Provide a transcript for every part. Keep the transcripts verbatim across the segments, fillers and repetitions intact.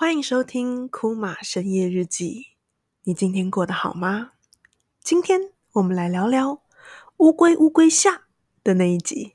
欢迎收听库玛深夜日记。你今天过得好吗？今天我们来聊聊乌龟乌龟下的那一集。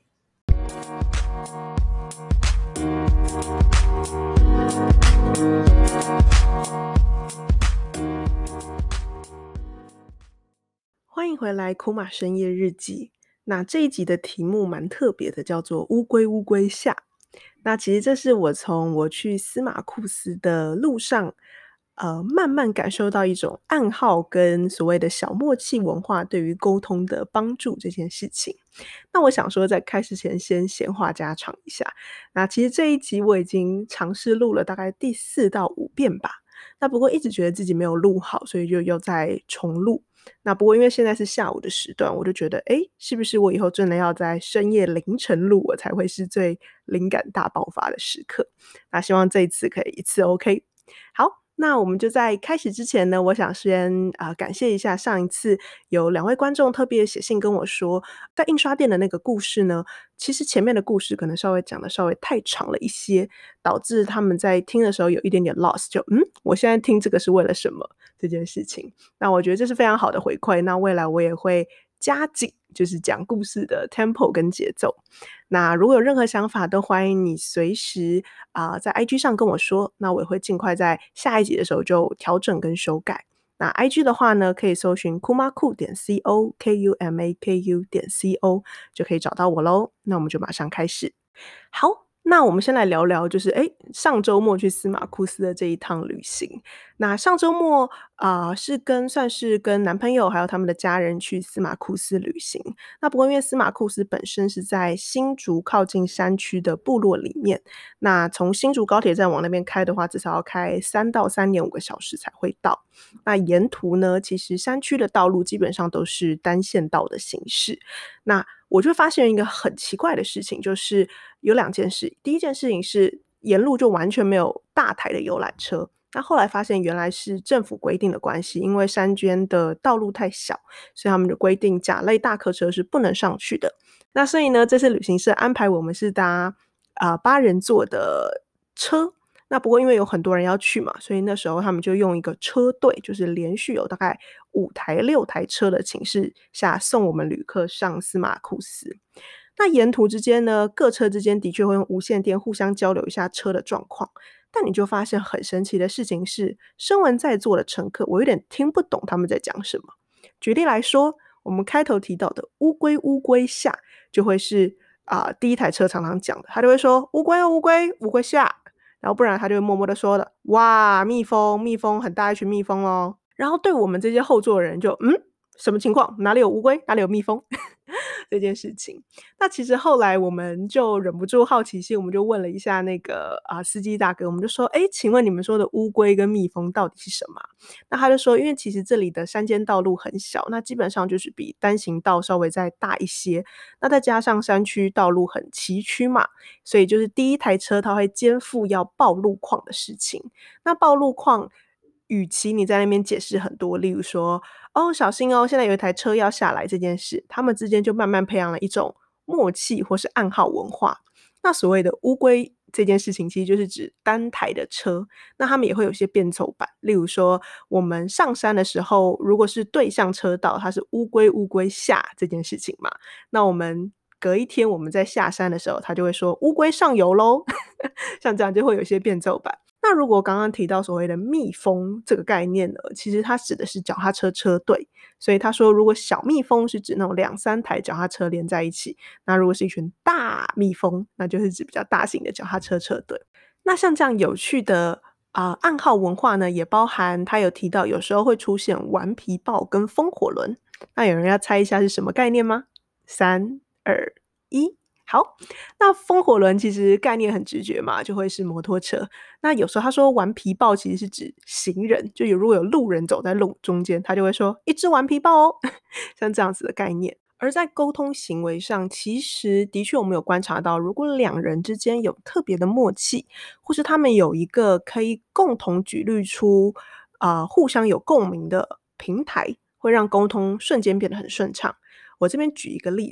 欢迎回来库玛深夜日记。那这一集的题目蛮特别的，叫做乌龟乌龟下。那其实这是我从我去司马库斯的路上呃，慢慢感受到一种暗号跟所谓的小默契文化对于沟通的帮助这件事情。那我想说在开始前先闲话家常一下。那其实这一集我已经尝试录了大概第四到五遍吧。那不过一直觉得自己没有录好，所以就又再重录。那不过因为现在是下午的时段，我就觉得诶，是不是我以后真的要在深夜凌晨录，我才会是最灵感大爆发的时刻。那希望这一次可以一次 OK。 好，那我们就在开始之前呢，我想先、呃、感谢一下上一次有两位观众特别写信跟我说，在印刷店的那个故事呢，其实前面的故事可能稍微讲的稍微太长了一些，导致他们在听的时候有一点点 lost， 就嗯，我现在听这个是为了什么这件事情。那我觉得这是非常好的回馈，那未来我也会加紧就是讲故事的 tempo 跟节奏。那如果有任何想法都欢迎你随时、呃、在 I G 上跟我说，那我也会尽快在下一集的时候就调整跟修改。那 I G 的话呢，可以搜寻 kumaku 点 co K U M A K U 点 co 就可以找到我咯。那我们就马上开始。好，那我们先来聊聊就是诶上周末去司马库斯的这一趟旅行。那上周末、呃、是跟算是跟男朋友还有他们的家人去司马库斯旅行。那不过因为司马库斯本身是在新竹靠近山区的部落里面，那从新竹高铁站往那边开的话，至少要开三到三点五个小时才会到。那沿途呢，其实山区的道路基本上都是单线道的形式。那我就发现一个很奇怪的事情，就是有两件事。第一件事情是沿路就完全没有大台的游览车，那后来发现原来是政府规定的关系，因为山间的道路太小，所以他们就规定甲类大客车是不能上去的。那所以呢，这次旅行社安排我们是搭、呃、八人座的车。那不过因为有很多人要去嘛，所以那时候他们就用一个车队，就是连续有大概五台六台车的形式下送我们旅客上司马库斯。那沿途之间呢，各车之间的确会用无线电互相交流一下车的状况，但你就发现很神奇的事情是，声闻在座的乘客我有点听不懂他们在讲什么。举例来说，我们开头提到的乌龟乌龟下就会是、呃、第一台车常常讲的，他就会说乌龟哦乌龟乌龟下，然后不然他就会默默的说了哇蜜蜂蜜蜂很大一群蜜蜂哦。然后对我们这些后座的人就嗯什么情况，哪里有乌龟哪里有蜜蜂这件事情。那其实后来我们就忍不住好奇心，我们就问了一下那个、啊、司机大哥，我们就说诶请问你们说的乌龟跟蜜蜂到底是什么？那他就说因为其实这里的山间道路很小，那基本上就是比单行道稍微再大一些，那再加上山区道路很崎岖嘛，所以就是第一台车它会肩负要报路况的事情。那报路况与其你在那边解释很多，例如说哦小心哦现在有一台车要下来这件事，他们之间就慢慢培养了一种默契或是暗号文化。那所谓的乌龟这件事情其实就是指单台的车，那他们也会有些变奏版，例如说我们上山的时候如果是对向车道，它是乌龟乌龟下这件事情嘛，那我们隔一天我们在下山的时候，他就会说乌龟上游咯像这样就会有些变奏版。那如果刚刚提到所谓的蜜蜂这个概念呢，其实它指的是脚踏车车队，所以他说如果小蜜蜂是指那种两三台脚踏车连在一起，那如果是一群大蜜蜂，那就是指比较大型的脚踏车车队。那像这样有趣的、呃、暗号文化呢，也包含他有提到有时候会出现顽皮豹跟风火轮。那有人要猜一下是什么概念吗？三二一，好，那风火轮其实概念很直觉嘛，就会是摩托车。那有时候他说顽皮豹其实是指行人，就有如果有路人走在路中间，他就会说一只顽皮豹哦像这样子的概念。而在沟通行为上，其实的确我们有观察到，如果两人之间有特别的默契，或是他们有一个可以共同举例出、呃、互相有共鸣的平台，会让沟通瞬间变得很顺畅。我这边举一个例子，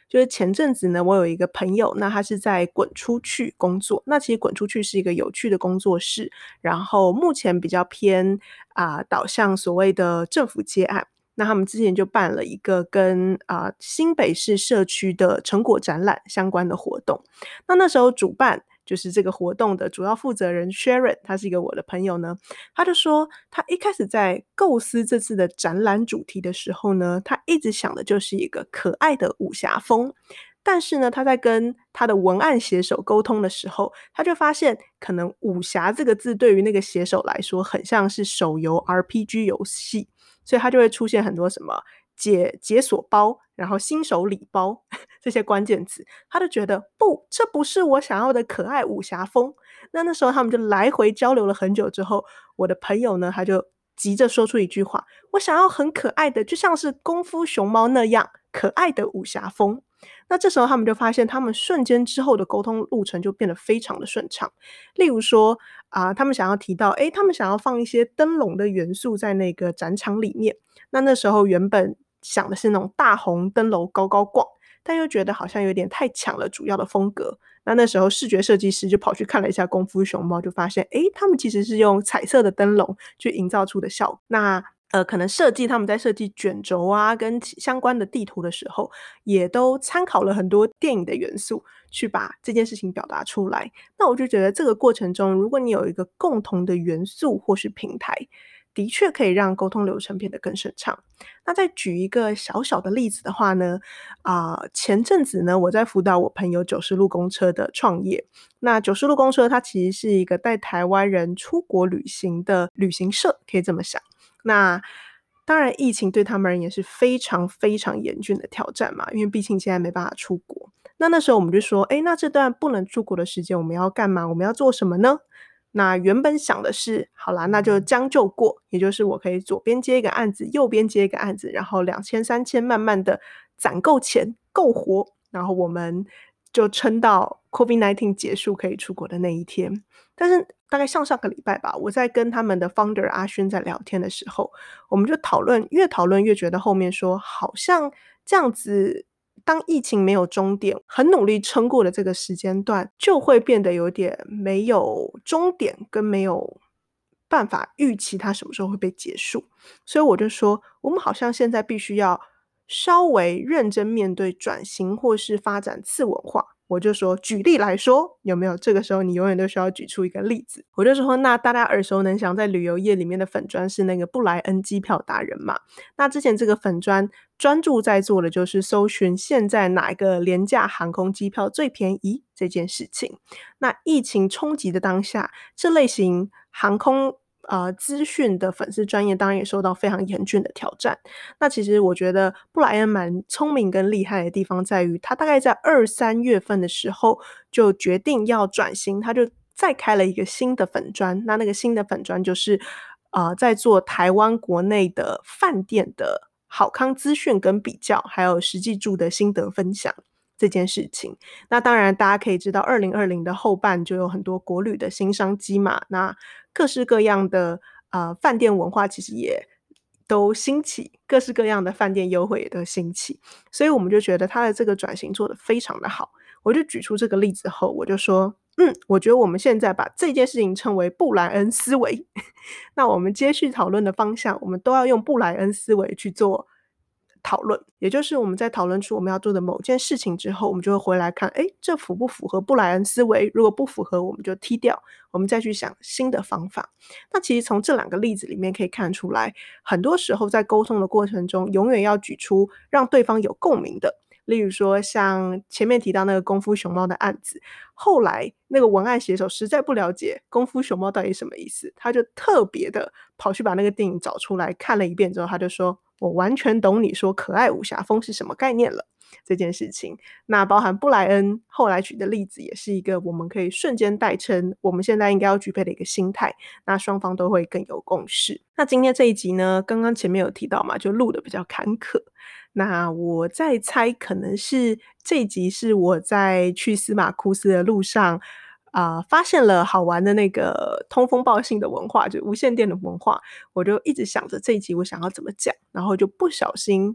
就是前阵子呢，我有一个朋友，那他是在滚出去工作，那其实滚出去是一个有趣的工作室，然后目前比较偏啊、呃导向所谓的政府接案。那他们之前就办了一个跟啊、呃新北市社区的成果展览相关的活动。那那时候主办就是这个活动的主要负责人 Sharon， 他是一个我的朋友呢，他就说他一开始在构思这次的展览主题的时候呢，他一直想的就是一个可爱的武侠风。但是呢，他在跟他的文案写手沟通的时候，他就发现可能武侠这个字对于那个写手来说很像是手游 R P G 游戏，所以他就会出现很多什么解解锁包，然后新手礼包这些关键词，他就觉得不，这不是我想要的可爱武侠风。那那时候他们就来回交流了很久之后，我的朋友呢，他就急着说出一句话：我想要很可爱的，就像是功夫熊猫那样可爱的武侠风。那这时候他们就发现，他们瞬间之后的沟通路程就变得非常的顺畅。例如说啊、他们想要提到，诶，他们想要放一些灯笼的元素在那个展场里面。那那时候原本想的是那种大红灯笼高高挂，但又觉得好像有点太抢了主要的风格。那那时候视觉设计师就跑去看了一下功夫熊猫，就发现，诶，他们其实是用彩色的灯笼去营造出的效果。那呃，可能设计他们在设计卷轴啊，跟相关的地图的时候，也都参考了很多电影的元素，去把这件事情表达出来。那我就觉得这个过程中，如果你有一个共同的元素或是平台，的确可以让沟通流程变得更顺畅。那再举一个小小的例子的话呢，啊、呃前阵子呢，我在辅导我朋友九十路公车的创业。那九十路公车它其实是一个带台湾人出国旅行的旅行社，可以这么想。那当然疫情对他们而言也是非常非常严峻的挑战嘛，因为毕竟现在没办法出国。那那时候我们就说，诶，那这段不能出国的时间我们要干嘛？我们要做什么呢？那原本想的是，好啦，那就将就过，也就是我可以左边接一个案子，右边接一个案子，然后两千三千慢慢的攒够钱，够活，然后我们就撑到 COVID 十九 结束可以出国的那一天。但是大概上上个礼拜吧，我在跟他们的 founder 阿轩在聊天的时候，我们就讨论，越讨论越觉得后面说，好像这样子，当疫情没有终点，很努力撑过的这个时间段，就会变得有点没有终点，跟没有办法预期它什么时候会被结束。所以我就说，我们好像现在必须要稍微认真面对转型或是发展次文化。我就说，举例来说，有没有这个时候你永远都需要举出一个例子？我就说，那大家耳熟能详在旅游业里面的粉专是那个布莱恩机票达人嘛。那之前这个粉专专注在做的就是搜寻现在哪一个廉价航空机票最便宜这件事情。那疫情冲击的当下，这类型航空呃资讯的粉丝专业当然也受到非常严峻的挑战。那其实我觉得布莱恩蛮聪明跟厉害的地方在于，他大概在二三月份的时候就决定要转型，他就再开了一个新的粉专。那那个新的粉专就是呃在做台湾国内的饭店的好康资讯跟比较，还有实际住的心得分享这件事情。那当然大家可以知道二零二零的后半就有很多国旅的新商机嘛，那各式各样的呃饭店文化其实也都兴起，各式各样的饭店优惠也都兴起，所以我们就觉得他的这个转型做得非常的好。我就举出这个例子后，我就说嗯，我觉得我们现在把这件事情称为布莱恩思维。那我们接续讨论的方向，我们都要用布莱恩思维去做讨论，也就是我们在讨论出我们要做的某件事情之后，我们就会回来看，诶，这符不符合布莱恩思维？如果不符合，我们就踢掉，我们再去想新的方法。那其实从这两个例子里面可以看出来，很多时候在沟通的过程中，永远要举出让对方有共鸣的。例如说像前面提到那个功夫熊猫的案子，后来那个文案写手实在不了解功夫熊猫到底什么意思，他就特别的跑去把那个电影找出来看了一遍之后，他就说我完全懂你说可爱武侠风是什么概念了这件事情。那包含布莱恩后来举的例子也是一个我们可以瞬间代称我们现在应该要具备的一个心态，那双方都会更有共识。那今天这一集呢，刚刚前面有提到嘛，就录的比较坎坷，那我在猜可能是这一集是我在去司马库斯的路上啊、呃，发现了好玩的那个通风报信的文化，就无线电的文化，我就一直想着这一集我想要怎么讲，然后就不小心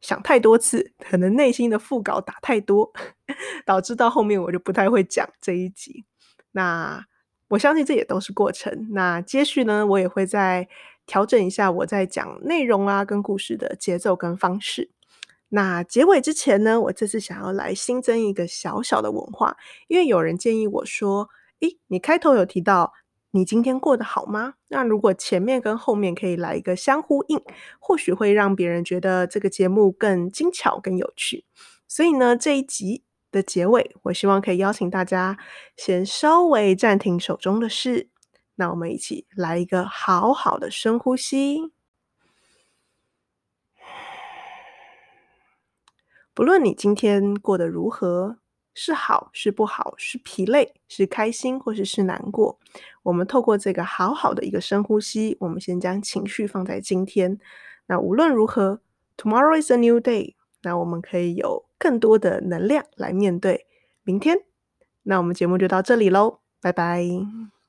想太多次，可能内心的副稿打太多，导致到后面我就不太会讲这一集。那我相信这也都是过程，那接续呢，我也会再调整一下我在讲内容啊，跟故事的节奏跟方式。那结尾之前呢，我这次想要来新增一个小小的文化，因为有人建议我说，诶，你开头有提到你今天过得好吗？那如果前面跟后面可以来一个相呼应，或许会让别人觉得这个节目更精巧、更有趣。所以呢，这一集的结尾，我希望可以邀请大家先稍微暂停手中的事，那我们一起来一个好好的深呼吸。不论你今天过得如何，是好是不好，是疲累，是开心，或者是难过，我们透过这个好好的一个深呼吸，我们先将情绪放在今天。那无论如何 ，Tomorrow is a new day， 那我们可以有更多的能量来面对明天。那我们节目就到这里咯，拜拜。